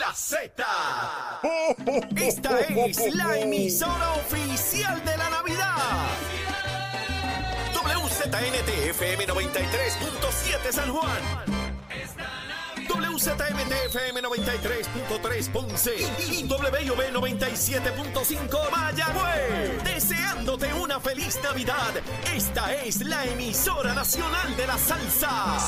la Z. Esta es la emisora oficial de la Navidad. WZNT-FM 93.7 San Juan. WZMT-FM 93.3 Ponce y WIOB 97.5 Mayagüez. Deseándote una feliz Navidad. Esta es la emisora nacional de la salsa.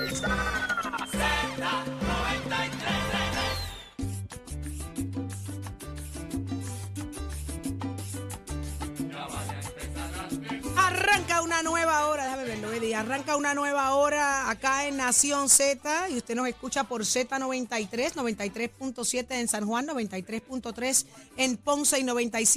Arranca una nueva hora, déjame verlo, Eddie. Arranca una nueva hora acá en Nación Z y usted nos escucha por Z93, 93.7 en San Juan, 93.3 en Ponce y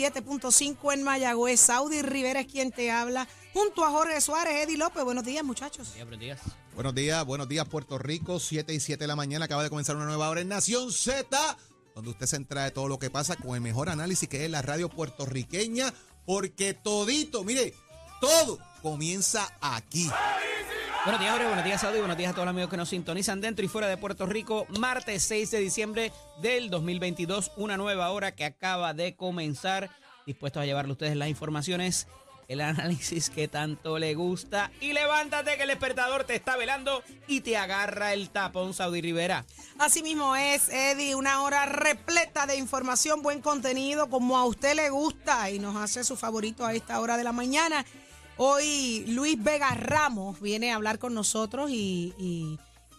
97.5 en Mayagüez. Saudi Rivera es quien te habla, junto a Jorge Suárez, Eddie López. Buenos días, muchachos. Buenos días. Buenos días, Puerto Rico, 7 y 7 de la mañana. Acaba de comenzar una nueva hora en Nación Z, donde usted se entera de todo lo que pasa con el mejor análisis que es la radio puertorriqueña, porque todito, mire, todo comienza aquí. Buenos días, Jorge. Buenos días, Saudi. Buenos días a todos los amigos que nos sintonizan dentro y fuera de Puerto Rico. Martes 6 de diciembre del 2022. Una nueva hora que acaba de comenzar. Dispuestos a llevarle a ustedes las informaciones, el análisis que tanto le gusta. Y levántate que el despertador te está velando y te agarra el tapón, Saudi Rivera. Así mismo es, Eddie, una hora repleta de información, buen contenido, como a usted le gusta y nos hace su favorito a esta hora de la mañana. Hoy Luis Vega Ramos viene a hablar con nosotros y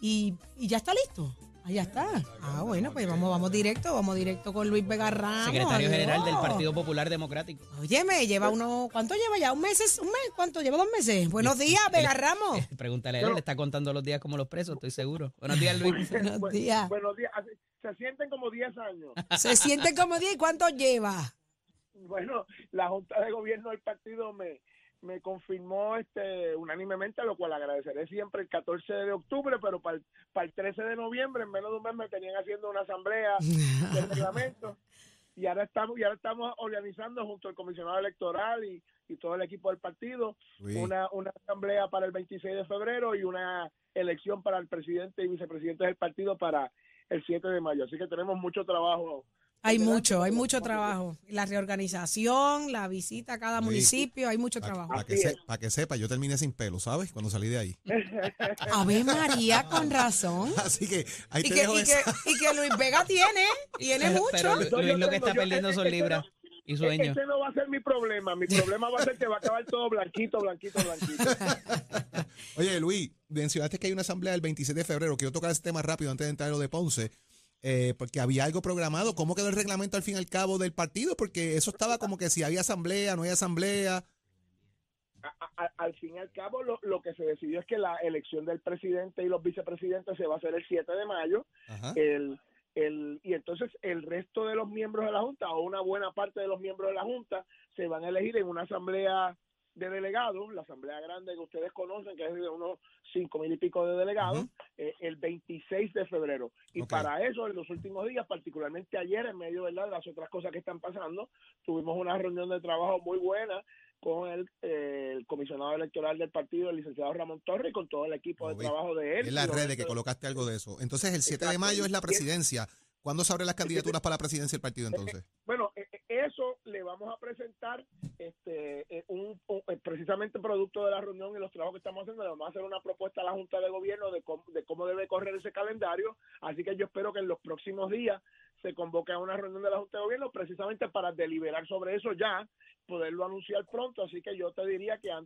ya está listo. Allá está. Bueno, pues vamos directo con Luis Vega Ramos. Secretario General del Partido Popular Democrático. Oye, ¿cuánto lleva ya? ¿Un mes? ¿Cuánto? ¿Lleva 2 meses? Buenos días, Vega Ramos. Pregúntale a él, le está contando los días como los presos, estoy seguro. Buenos días, Luis. Buenos días. Buenos días. Se sienten como 10 años. Se sienten como 10. ¿Cuánto lleva? Bueno, la Junta de Gobierno del partido me confirmó unánimemente, a lo cual agradeceré siempre, el 14 de octubre, pero para el 13 de noviembre, en menos de un mes, me tenían haciendo una asamblea del reglamento. Y ahora estamos organizando junto al comisionado electoral y todo el equipo del partido una asamblea para el 26 de febrero y una elección para el presidente y vicepresidente del partido para el 7 de mayo. Así que tenemos mucho trabajo. Hay mucho trabajo. La reorganización, la visita a cada municipio, hay mucho trabajo. Para que sepa, yo terminé sin pelo, ¿sabes? Cuando salí de ahí. Ave María, con razón. Así que ahí y te que, dejo y, que, y que Luis Vega tiene mucho. Pero Luis lo que está perdiendo son libras y sueños. Ese no va a ser mi problema. Mi problema va a ser que va a acabar todo blanquito. Oye, Luis, mencionaste que hay una asamblea el 27 de febrero. Quiero tocar ese tema rápido antes de entrar a lo de Ponce. Porque había algo programado. ¿Cómo quedó el reglamento al fin y al cabo del partido? Porque eso estaba como que si había asamblea, no hay asamblea. Al fin y al cabo, lo que se decidió es que la elección del presidente y los vicepresidentes se va a hacer el 7 de mayo. Ajá. Y entonces el resto de los miembros de la Junta, o una buena parte de los miembros de la Junta, se van a elegir en una asamblea de delegados, la asamblea grande que ustedes conocen, que es de unos 5,000 y pico de delegados, el 26 de febrero. Y para eso, en los últimos días, particularmente ayer, en medio, ¿verdad?, de las otras cosas que están pasando, tuvimos una reunión de trabajo muy buena con el comisionado electoral del partido, el licenciado Ramón Torres, y con todo el equipo de trabajo de él. En las redes que colocaste algo de eso. Entonces, el 7 de mayo es la presidencia. ¿Cuándo se abren las candidaturas para la presidencia del partido entonces? Bueno, eso le vamos a presentar precisamente producto de la reunión y los trabajos que estamos haciendo. Le vamos a hacer una propuesta a la Junta de Gobierno de cómo debe correr ese calendario. Así que yo espero que en los próximos días se convoque a una reunión de la Junta de Gobierno precisamente para deliberar sobre eso ya, poderlo anunciar pronto. Así que yo te diría que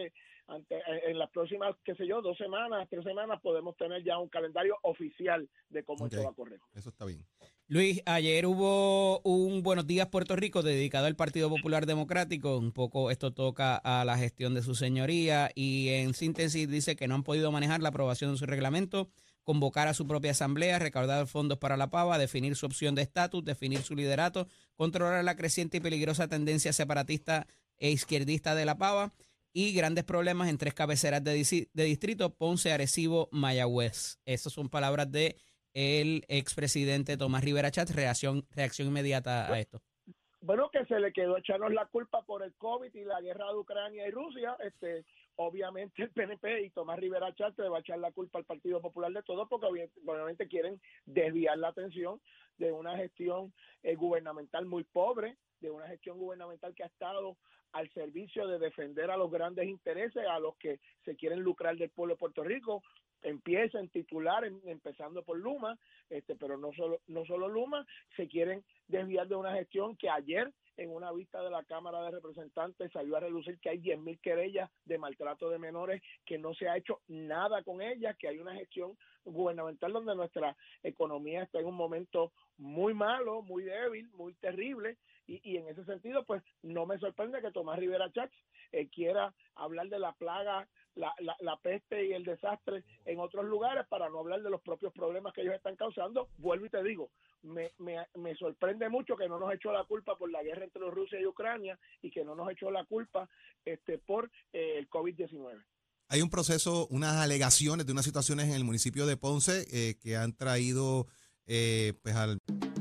en las próximas, 2 semanas, 3 semanas, podemos tener ya un calendario oficial de cómo esto va a correr. Eso está bien. Luis, ayer hubo un Buenos Días Puerto Rico dedicado al Partido Popular Democrático. Un poco esto toca a la gestión de su señoría y en síntesis dice que no han podido manejar la aprobación de su reglamento, convocar a su propia asamblea, recaudar fondos para la pava, definir su opción de estatus, definir su liderato, controlar la creciente y peligrosa tendencia separatista e izquierdista de la pava y grandes problemas en 3 cabeceras de distrito, Ponce, Arecibo, Mayagüez. Esas son palabras de el expresidente Tomás Rivera Chatz. Reacción inmediata a esto. Bueno, que se le quedó echarnos la culpa por el COVID y la guerra de Ucrania y Rusia. Obviamente el PNP y Tomás Rivera Chatz le va a echar la culpa al Partido Popular de todo, porque obviamente quieren desviar la atención de una gestión gubernamental muy pobre, de una gestión gubernamental que ha estado al servicio de defender a los grandes intereses, a los que se quieren lucrar del pueblo de Puerto Rico. Empieza en titular, empezando por Luma, pero no solo Luma, se quieren desviar de una gestión que ayer en una vista de la Cámara de Representantes salió a relucir que hay 10,000 querellas de maltrato de menores, que no se ha hecho nada con ellas, que hay una gestión gubernamental donde nuestra economía está en un momento muy malo, muy débil, muy terrible, y en ese sentido pues no me sorprende que Tomás Rivera Chats quiera hablar de la plaga, la peste y el desastre en otros lugares, para no hablar de los propios problemas que ellos están causando. Vuelvo y te digo, me sorprende mucho que no nos echó la culpa por la guerra entre Rusia y Ucrania, y que no nos echó la culpa por el COVID-19. Hay un proceso, unas alegaciones de unas situaciones en el municipio de Ponce que han traído pues al...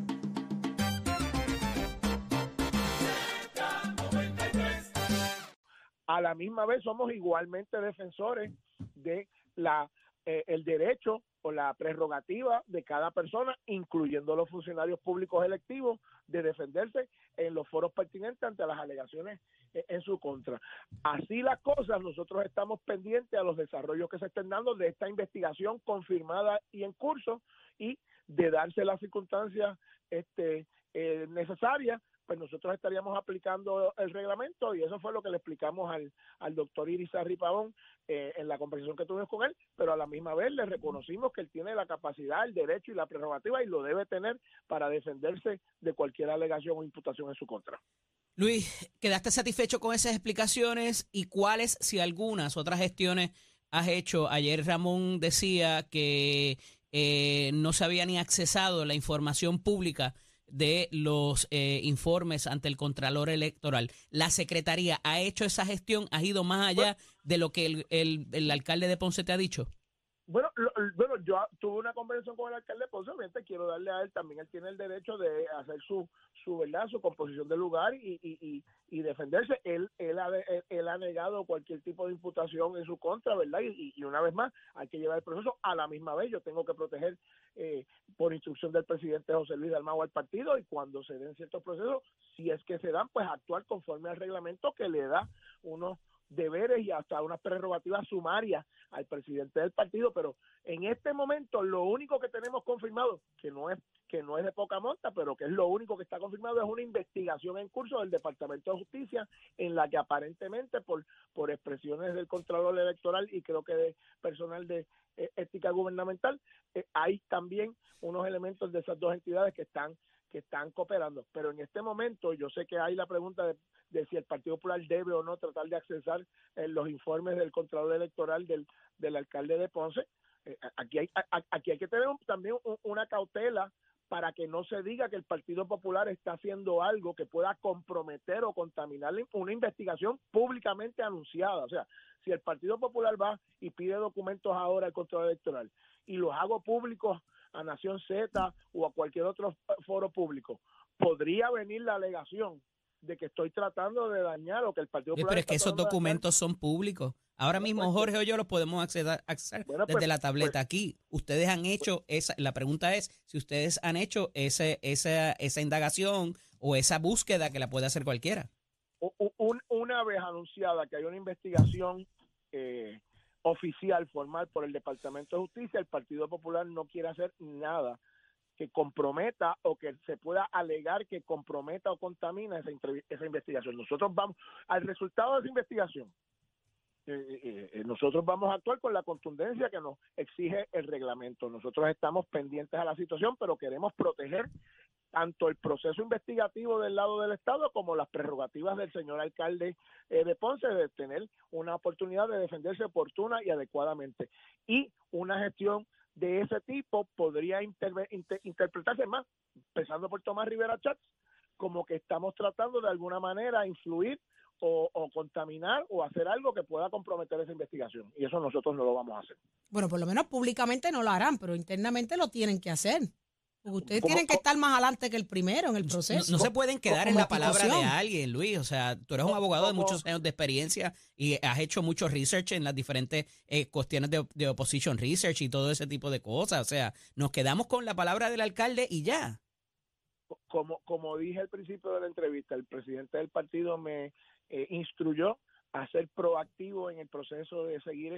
A la misma vez somos igualmente defensores de el derecho o la prerrogativa de cada persona, incluyendo los funcionarios públicos electivos, de defenderse en los foros pertinentes ante las alegaciones en su contra. Así las cosas, nosotros estamos pendientes a los desarrollos que se estén dando de esta investigación confirmada y en curso, y de darse las circunstancias necesarias, pues nosotros estaríamos aplicando el reglamento, y eso fue lo que le explicamos al doctor Irizarry Pavón en la conversación que tuvimos con él, pero a la misma vez le reconocimos que él tiene la capacidad, el derecho y la prerrogativa, y lo debe tener para defenderse de cualquier alegación o imputación en su contra. Luis, ¿quedaste satisfecho con esas explicaciones? ¿Y cuáles, si algunas, otras gestiones has hecho? Ayer Ramón decía que no se había ni accesado la información pública de los informes ante el Contralor Electoral. ¿La Secretaría ha hecho esa gestión? ¿Ha ido más allá de lo que el alcalde de Ponce te ha dicho? Bueno, yo tuve una conversación con el alcalde de Ponce. Obviamente quiero darle a él, también él tiene el derecho de hacer su verdad, su composición del lugar y defenderse. Él ha negado cualquier tipo de imputación en su contra, ¿verdad? Y una vez más, hay que llevar el proceso. A la misma vez, yo tengo que proteger por instrucción del presidente José Luis Dalmau al partido, y cuando se den ciertos procesos, si es que se dan, pues actuar conforme al reglamento que le da unos deberes y hasta unas prerrogativas sumarias al presidente del partido. Pero en este momento lo único que tenemos confirmado, que no es de poca monta, pero que es lo único que está confirmado, es una investigación en curso del Departamento de Justicia, en la que aparentemente por expresiones del Contralor Electoral y creo que de personal de ética gubernamental, hay también unos elementos de esas dos entidades que están cooperando. Pero en este momento yo sé que hay la pregunta de si el Partido Popular debe o no tratar de accesar los informes del Contralor Electoral del alcalde de Ponce. Aquí hay que tener también una cautela para que no se diga que el Partido Popular está haciendo algo que pueda comprometer o contaminar una investigación públicamente anunciada. O sea, si el Partido Popular va y pide documentos ahora al Contralor Electoral y los hago públicos a Nación Z o a cualquier otro foro público, podría venir la alegación de que estoy tratando de dañar o que el Partido Popular... Pero es que esos documentos son públicos. Ahora mismo Jorge o yo los podemos acceder desde la tableta aquí. Ustedes han hecho la pregunta es si ustedes han hecho esa indagación o esa búsqueda que la puede hacer cualquiera. Una vez anunciada que hay una investigación oficial, formal por el Departamento de Justicia, el Partido Popular no quiere hacer nada que comprometa o que se pueda alegar que comprometa o contamina esa investigación. Nosotros vamos al resultado de esa investigación. Nosotros vamos a actuar con la contundencia que nos exige el reglamento. Nosotros estamos pendientes a la situación, pero queremos proteger tanto el proceso investigativo del lado del Estado como las prerrogativas del señor alcalde de Ponce de tener una oportunidad de defenderse oportuna y adecuadamente. Y una gestión de ese tipo podría interpretarse más, empezando por Tomás Rivera Chats, como que estamos tratando de alguna manera influir o contaminar o hacer algo que pueda comprometer esa investigación. Y eso nosotros no lo vamos a hacer. Bueno, por lo menos públicamente no lo harán, pero internamente lo tienen que hacer. Porque ustedes tienen que estar más adelante que el primero en el proceso. No se pueden quedar en la palabra de alguien, Luis. O sea, tú eres un abogado de muchos años de experiencia y has hecho mucho research en las diferentes cuestiones de opposition research y todo ese tipo de cosas. O sea, nos quedamos con la palabra del alcalde y ya. como dije al principio de la entrevista, el presidente del partido me instruyó a ser proactivo en el proceso de seguir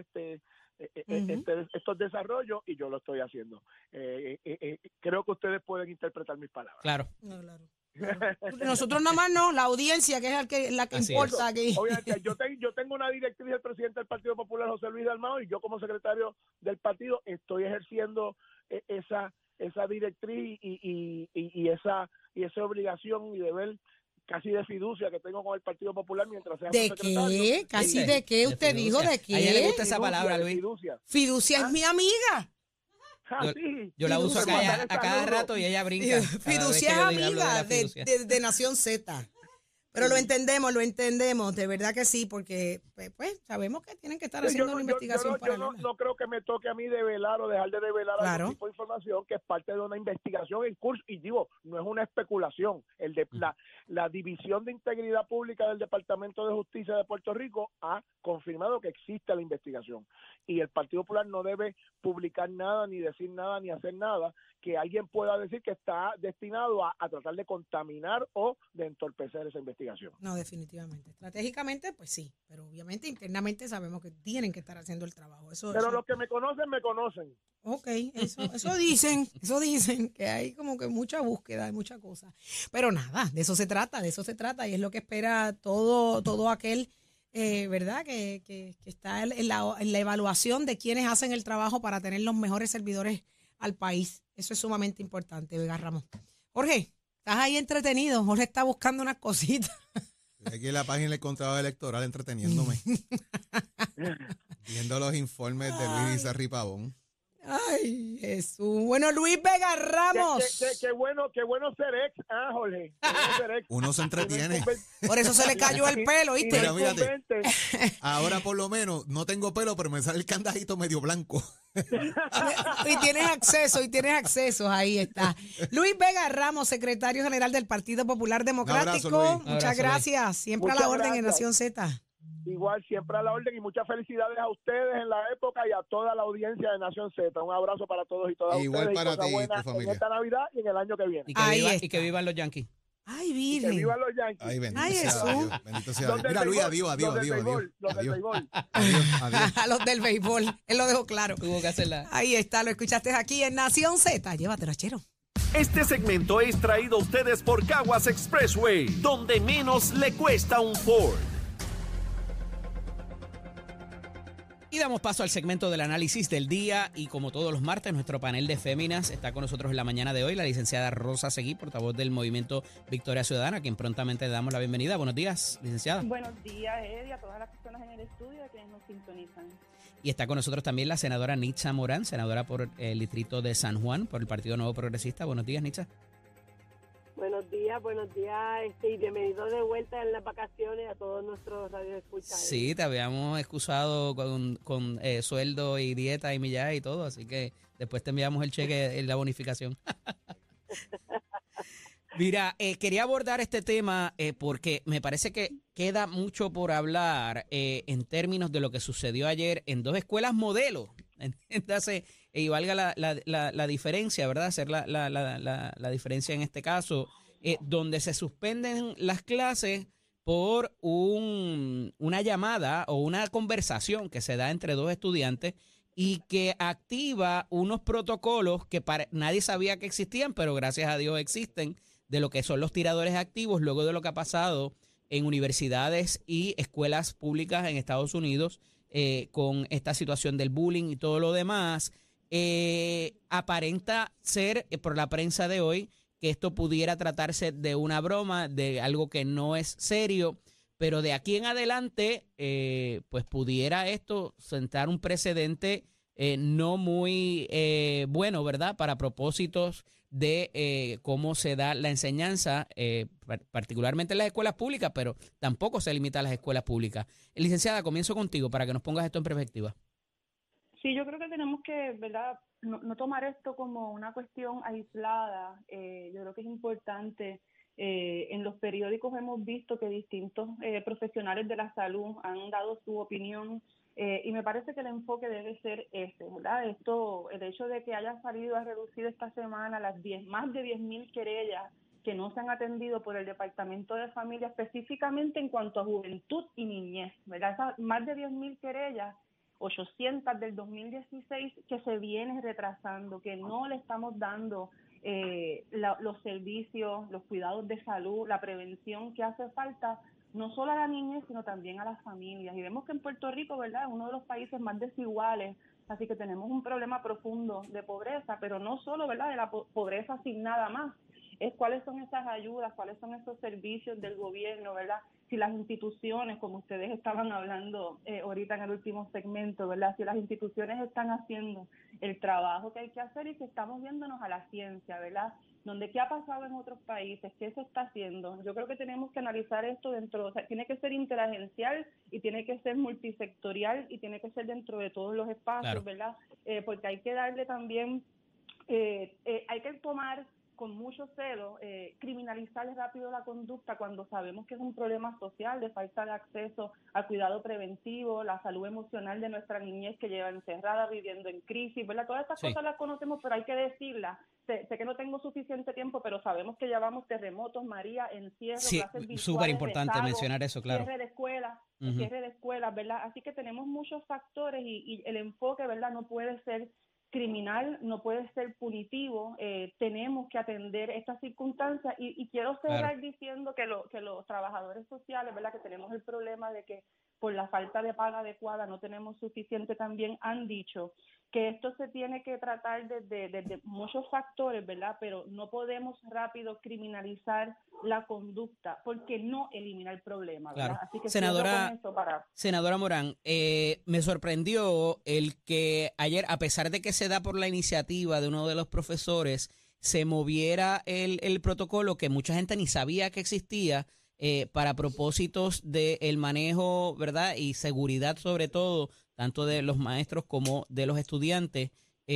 estos desarrollos, y yo lo estoy haciendo. Creo que ustedes pueden interpretar mis palabras. Claro. No, claro. Nosotros nada más no, la audiencia, que es la que Así importa aquí. Obviamente, yo tengo una directriz del presidente del Partido Popular, José Luis Dalmau, y yo como secretario del partido estoy ejerciendo esa directriz y esa obligación y deber casi de fiducia que tengo con el Partido Popular mientras sea ¿De secretario. qué? ¿Casi Sí, de qué? ¿Usted dijo de qué? A ella le gusta esa Fiducia, palabra, de Luis. Fiducia. Fiducia es mi amiga. Sí. Yo la uso a Fiducia. cada rato y ella brinca. Fiducia es amiga de Nación Z. Pero lo entendemos, de verdad que sí, porque pues sabemos que tienen que estar haciendo una investigación paralela. No creo que me toque a mí develar o dejar de develar Claro. algún tipo de información que es parte de una investigación en curso. Y digo, no es una especulación. La División de Integridad Pública del Departamento de Justicia de Puerto Rico ha confirmado que existe la investigación. Y el Partido Popular no debe publicar nada, ni decir nada, ni hacer nada que alguien pueda decir que está destinado a tratar de contaminar o de entorpecer esa investigación. No, definitivamente. Estratégicamente, pues sí, pero obviamente internamente sabemos que tienen que estar haciendo el trabajo. Pero los que me conocen, me conocen. Ok, eso dicen, que hay como que mucha búsqueda, hay mucha cosa. Pero nada, de eso se trata, y es lo que espera todo aquel, ¿verdad? Que está en la evaluación de quienes hacen el trabajo para tener los mejores servidores al país. Eso es sumamente importante, Vega Ramos. Jorge, estás ahí entretenido. Jorge está buscando unas cositas. Aquí en la página del Contralor Electoral entreteniéndome. Viendo los informes de Luis Izarri Pavón. Ay, Jesús. Bueno, Luis Vega Ramos. Qué bueno ser ex, Jorge. Qué bueno ser ex. Uno se entretiene. Por eso se le cayó el pelo, ¿viste? Pero mírate, ahora por lo menos no tengo pelo, pero me sale el candadito medio blanco. Y tienes acceso, ahí está. Luis Vega Ramos, secretario general del Partido Popular Democrático. Un abrazo, Luis. Muchas gracias. Siempre a la orden en Nación Z. Igual, siempre a la orden, y muchas felicidades a ustedes en la época y a toda la audiencia de Nación Z. Un abrazo para todos y todas Igual ustedes. para y cosas ti y buenas tu familia. en esta Navidad y en el año que viene. Y que vivan los Yankees. Ay, Que Virgen. vivan los Yankees. Ay, bendito Ay, sea Jesús. Dios. Bendito sea Los Dios. del Mira, Luis, béisbol, adiós. los del béisbol. Adiós. A los del béisbol. Él lo dejó claro. Tuvo que hacerla. Ahí está, lo escuchaste aquí en Nación Z. Llévatelo, chero. Este segmento es traído a ustedes por Caguas Expressway, donde menos le cuesta un Ford. Y damos paso al segmento del análisis del día, y como todos los martes, nuestro panel de féminas está con nosotros en la mañana de hoy, la licenciada Rosa Seguí, portavoz del movimiento Victoria Ciudadana, a quien prontamente le damos la bienvenida. Buenos días, licenciada. Buenos días, Eddie, a todas las personas en el estudio y a quienes nos sintonizan. Y está con nosotros también la senadora Nitza Morán, senadora por el distrito de San Juan, por el Partido Nuevo Progresista. Buenos días, Nitza. Buenos días, y bienvenidos de vuelta en las vacaciones a todos nuestros radioescuchas. Sí, te habíamos excusado con sueldo y dieta y millaje y todo, así que después te enviamos el cheque, la bonificación. Mira, quería abordar este tema porque me parece que queda mucho por hablar en términos de lo que sucedió ayer en dos escuelas modelo. Entonces, y valga la diferencia, ¿verdad? Hacer la diferencia en este caso, donde se suspenden las clases por una llamada o una conversación que se da entre dos estudiantes y que activa unos protocolos que nadie sabía que existían, pero gracias a Dios existen, de lo que son los tiradores activos, luego de lo que ha pasado en universidades y escuelas públicas en Estados Unidos con esta situación del bullying y todo lo demás. Aparenta ser, por la prensa de hoy, que esto pudiera tratarse de una broma, de algo que no es serio, pero de aquí en adelante, pues pudiera esto sentar un precedente no muy bueno, ¿verdad? Para propósitos de cómo se da la enseñanza, particularmente en las escuelas públicas, pero tampoco se limita a las escuelas públicas. Licenciada, comienzo contigo para que nos pongas esto en perspectiva. Sí, yo creo que tenemos que, ¿verdad?, no tomar esto como una cuestión aislada. Yo creo que es importante. En los periódicos hemos visto que distintos profesionales de la salud han dado su opinión y me parece que el enfoque debe ser ese, ¿verdad? El hecho de que haya salido a reducir esta semana más de 10,000 querellas que no se han atendido por el Departamento de Familia, específicamente en cuanto a juventud y niñez, ¿verdad? Esas más de 10,000 querellas, 800 del 2016, que se vienen retrasando, que no le estamos dando los servicios, los cuidados de salud, la prevención que hace falta, no solo a la niñez, sino también a las familias. Y vemos que en Puerto Rico, ¿verdad?, es uno de los países más desiguales, así que tenemos un problema profundo de pobreza, pero no solo, ¿verdad?, de la pobreza sin nada más, es cuáles son esas ayudas, cuáles son esos servicios del gobierno, ¿verdad? Si las instituciones, como ustedes estaban hablando ahorita en el último segmento, ¿verdad? Si las instituciones están haciendo el trabajo que hay que hacer y si estamos viéndonos a la ciencia, ¿verdad? Donde qué ha pasado en otros países, qué se está haciendo. Yo creo que tenemos que analizar esto dentro, o sea, tiene que ser interagencial y tiene que ser multisectorial y tiene que ser dentro de todos los espacios, claro, ¿verdad? Porque hay que darle también, hay que tomar con mucho celo, criminalizar rápido la conducta cuando sabemos que es un problema social de falta de acceso al cuidado preventivo, la salud emocional de nuestra niñez que lleva encerrada, viviendo en crisis, ¿verdad? Todas estas cosas las conocemos, pero hay que decirlas. Sé que no tengo suficiente tiempo, pero sabemos que llevamos terremotos, María, encierro, clases virtuales, súper importante mencionar eso, claro. Cierre de escuelas, ¿verdad? Así que tenemos muchos factores y el enfoque, ¿verdad?, no puede ser criminal, no puede ser punitivo, tenemos que atender estas circunstancias y quiero cerrar diciendo que los trabajadores sociales, ¿verdad?, que tenemos el problema de que por la falta de paga adecuada no tenemos suficiente, también han dicho que esto se tiene que tratar desde muchos factores, ¿verdad?, pero no podemos rápido criminalizar la conducta porque no elimina el problema, ¿verdad? Claro. Así que Senadora Morán, me sorprendió el que ayer, a pesar de que se da por la iniciativa de uno de los profesores, se moviera el protocolo que mucha gente ni sabía que existía para propósitos del manejo, ¿verdad?, y seguridad sobre todo, tanto de los maestros como de los estudiantes,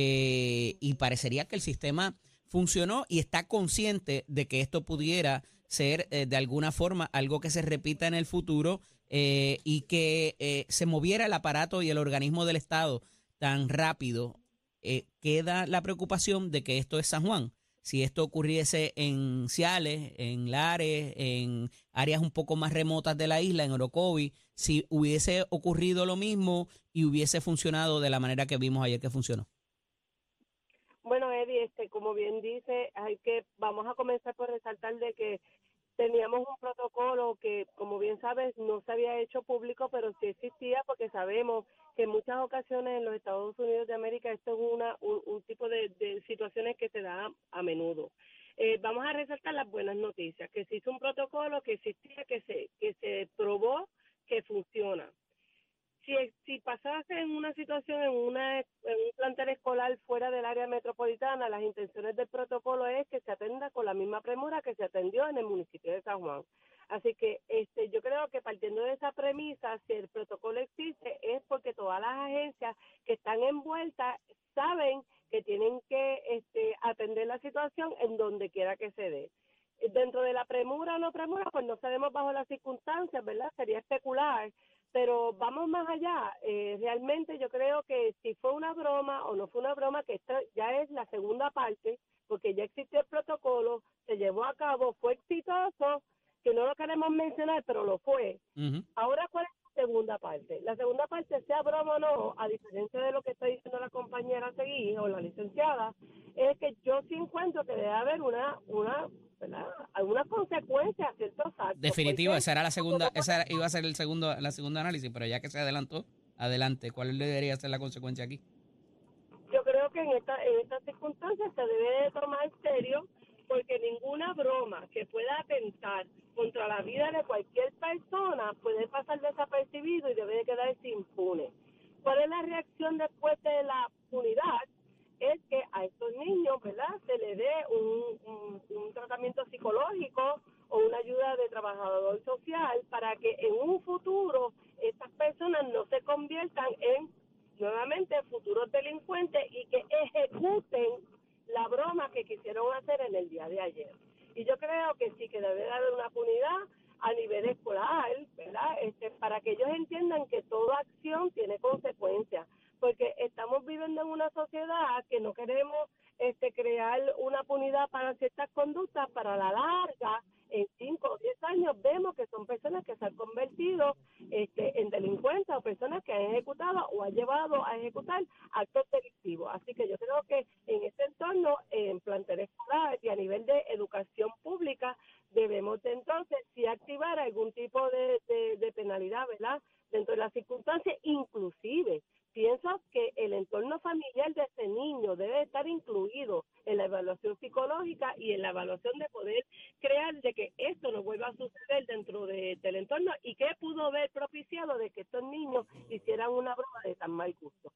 y parecería que el sistema funcionó y está consciente de que esto pudiera ser de alguna forma algo que se repita en el futuro, y que se moviera el aparato y el organismo del Estado tan rápido. Queda la preocupación de que esto es San Juan. Si esto ocurriese en Ciales, en Lares, en áreas un poco más remotas de la isla, en Orocovi, si hubiese ocurrido lo mismo y hubiese funcionado de la manera que vimos ayer que funcionó. Bueno, Eddie, como bien dice, vamos a comenzar por resaltar de que teníamos un protocolo que, como bien sabes, no se había hecho público, pero sí existía porque sabemos que en muchas ocasiones en los Estados Unidos de América esto es un tipo de situaciones que se da a menudo. Vamos a resaltar las buenas noticias, que se hizo un protocolo que existía, que se probó que funciona. Si pasase en una situación en un plantel escolar fuera del área metropolitana, las intenciones del protocolo es que se atienda con la misma premura que se atendió en el municipio de San Juan. Así que yo creo que partiendo de esa premisa, si el protocolo existe, es porque todas las agencias que están envueltas saben que tienen que atender la situación en donde quiera que se dé. Dentro de la premura o no premura, pues no sabemos bajo las circunstancias, ¿verdad? Sería especular. Pero vamos más allá, realmente yo creo que si fue una broma o no fue una broma, que esta ya es la segunda parte, porque ya existió el protocolo, se llevó a cabo, fue exitoso, que no lo queremos mencionar, pero lo fue. Uh-huh. Ahora, ¿cuál es la segunda parte? La segunda parte, sea broma o no, a diferencia de lo que está diciendo la compañera Seguí o la licenciada, es que yo sí encuentro que debe haber algunas consecuencias a ciertos actos. Definitivo, esa era la segunda, iba a ser la segunda análisis, pero ya que se adelantó, adelante, ¿cuál debería ser la consecuencia aquí? Yo creo que en estas circunstancias se debe de tomar serio, porque ninguna broma que pueda atentar contra la vida de cualquier persona puede pasar desapercibido y debe de quedarse impune. ¿Cuál es la reacción después de la punidad? Es que a estos niños, ¿verdad?, se le dé un tratamiento psicológico o una ayuda de trabajador social para que en un futuro estas personas no se conviertan en nuevamente futuros delincuentes y que ejecuten la broma que quisieron hacer en el día de ayer. Y yo creo que sí que debe haber una punidad a nivel escolar, ¿verdad?, para que ellos entiendan que toda acción tiene consecuencias. porque estamos viviendo en una sociedad que no queremos crear una impunidad para ciertas conductas. Para la larga, en 5 o 10 años vemos que son personas que se han convertido en delincuentes o personas que han ejecutado o han llevado a ejecutar actos delictivos. Así que yo creo que en este entorno, en plantel escolar y a nivel de educación pública, debemos de entonces sí activar algún tipo de penalidad, ¿verdad?, dentro de las circunstancias. Inclusive pienso que el entorno familiar de ese niño debe estar incluido en la evaluación psicológica y en la evaluación de poder crear de que esto no vuelva a suceder dentro del entorno y qué pudo haber propiciado de que estos niños hicieran una broma de tan mal gusto.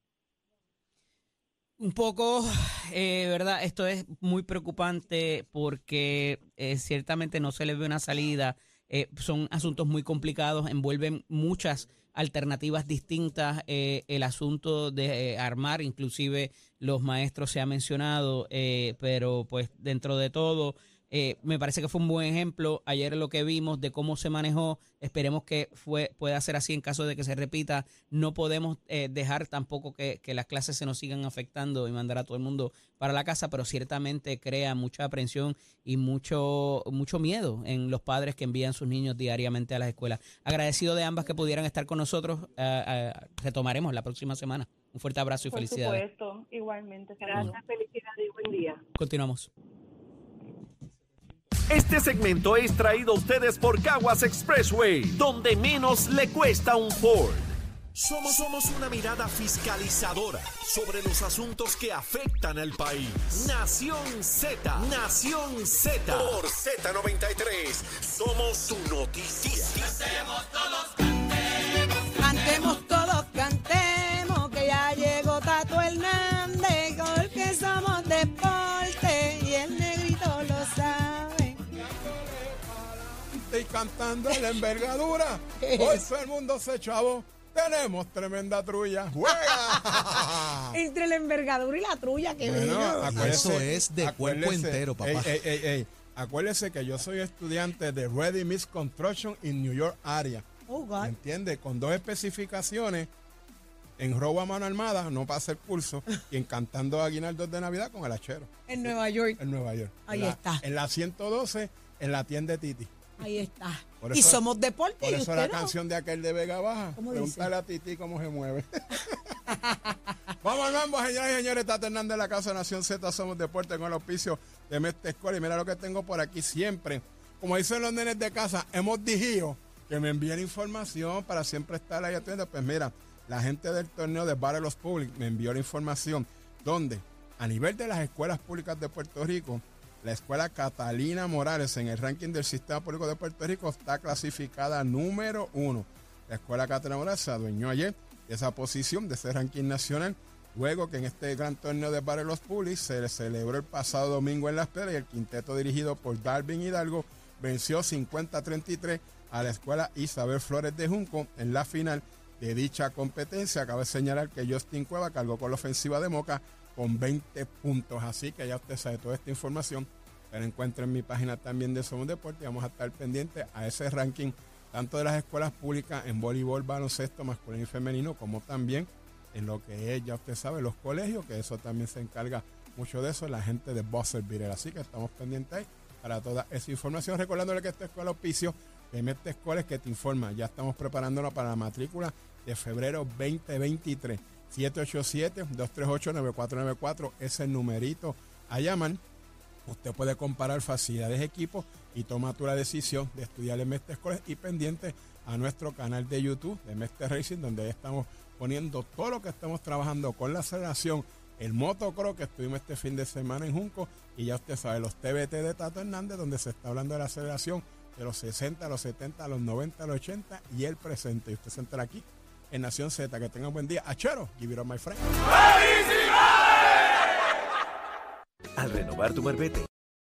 Un poco, ¿verdad? Esto es muy preocupante porque ciertamente no se le ve una salida. Son asuntos muy complicados, envuelven muchas alternativas distintas. El asunto de armar, inclusive los maestros se ha mencionado, pero pues dentro de todo me parece que fue un buen ejemplo ayer lo que vimos de cómo se manejó. Esperemos que pueda ser así en caso de que se repita. No podemos dejar tampoco que las clases se nos sigan afectando y mandar a todo el mundo para la casa, pero ciertamente crea mucha aprensión y mucho miedo en los padres que envían sus niños diariamente a las escuelas. Agradecido de ambas que pudieran estar con nosotros. Retomaremos la próxima semana. Un fuerte abrazo y felicidades. Por supuesto, igualmente. Gracias, felicidades y buen día. Continuamos. Este segmento es traído a ustedes por Caguas Expressway, donde menos le cuesta un Ford. Somos una mirada fiscalizadora sobre los asuntos que afectan al país. Nación Z. Por Z93. Somos su noticia. Cantemos todos, cantemos, que ya llegó Tato Hernández, porque somos deporte y el negrito lo sabe. Y cantando en la envergadura, hoy todo el mundo se chavó. Tenemos tremenda trulla. ¡Juega! Entre la envergadura y la trulla, que bueno, eso es de cuerpo entero, papá. Acuérdese que yo soy estudiante de Ready Mix Construction in New York area. Oh, God. ¿Entiende? Con 2 especificaciones. En robo a mano armada, no pasa el curso. Y en cantando aguinaldos de Navidad con el hachero. En Nueva York. En Nueva York. Ahí está. En la 112, en la tienda de Titi. Ahí está. Por eso, y somos deporte. Por y eso usted la no. canción de aquel de Vega Baja. Pregúntale a Titi cómo se mueve. Vamos al mambo, señoras y señores. Tato Hernández de la Casa Nación Z. Somos deporte con el auspicio de Mestre Escuela. Y mira lo que tengo por aquí siempre. Como dicen los nenes de casa, hemos dicho que me envíen información para siempre estar ahí atentos. Pues mira, la gente del torneo de Battle of Public me envió la información donde a nivel de las escuelas públicas de Puerto Rico, la escuela Catalina Morales en el ranking del Sistema Público de Puerto Rico está clasificada número 1. La escuela Catalina Morales se adueñó ayer de esa posición, de ese ranking nacional, luego que en este gran torneo de Battle of Public se celebró el pasado domingo en Las Piedras y el quinteto dirigido por Darwin Hidalgo venció 50-33 a la escuela Isabel Flores de Junco en la final de dicha competencia. Cabe señalar que Justin Cueva cargó con la ofensiva de Moca con 20 puntos. Así que ya usted sabe toda esta información. La encuentra en mi página también de Somos Deporte. Vamos a estar pendientes a ese ranking, tanto de las escuelas públicas en voleibol, baloncesto masculino y femenino, como también en lo que es, ya usted sabe, los colegios, que eso también se encarga mucho de eso, la gente de Buzzerville. Así que estamos pendientes ahí para toda esa información. Recordándole que esta escuela auspicio de Mestre Escuela que te informa. Ya estamos preparándonos para la matrícula de febrero 2023. 787-238-9494 es el numerito a llamar. Usted puede comparar facilidades, equipos y toma tú la decisión de estudiar en Mestre Escoles y pendiente a nuestro canal de YouTube de Mestre Racing, donde estamos poniendo todo lo que estamos trabajando con la aceleración, el motocross que estuvimos este fin de semana en Junco y ya usted sabe los TBT de Tato Hernández, donde se está hablando de la aceleración de los 60, los 70, los 90, los 80 y el presente. Y usted se entra aquí en Nación Z. Que tenga un buen día. Achero, give it up, my friend. Al renovar tu marbete,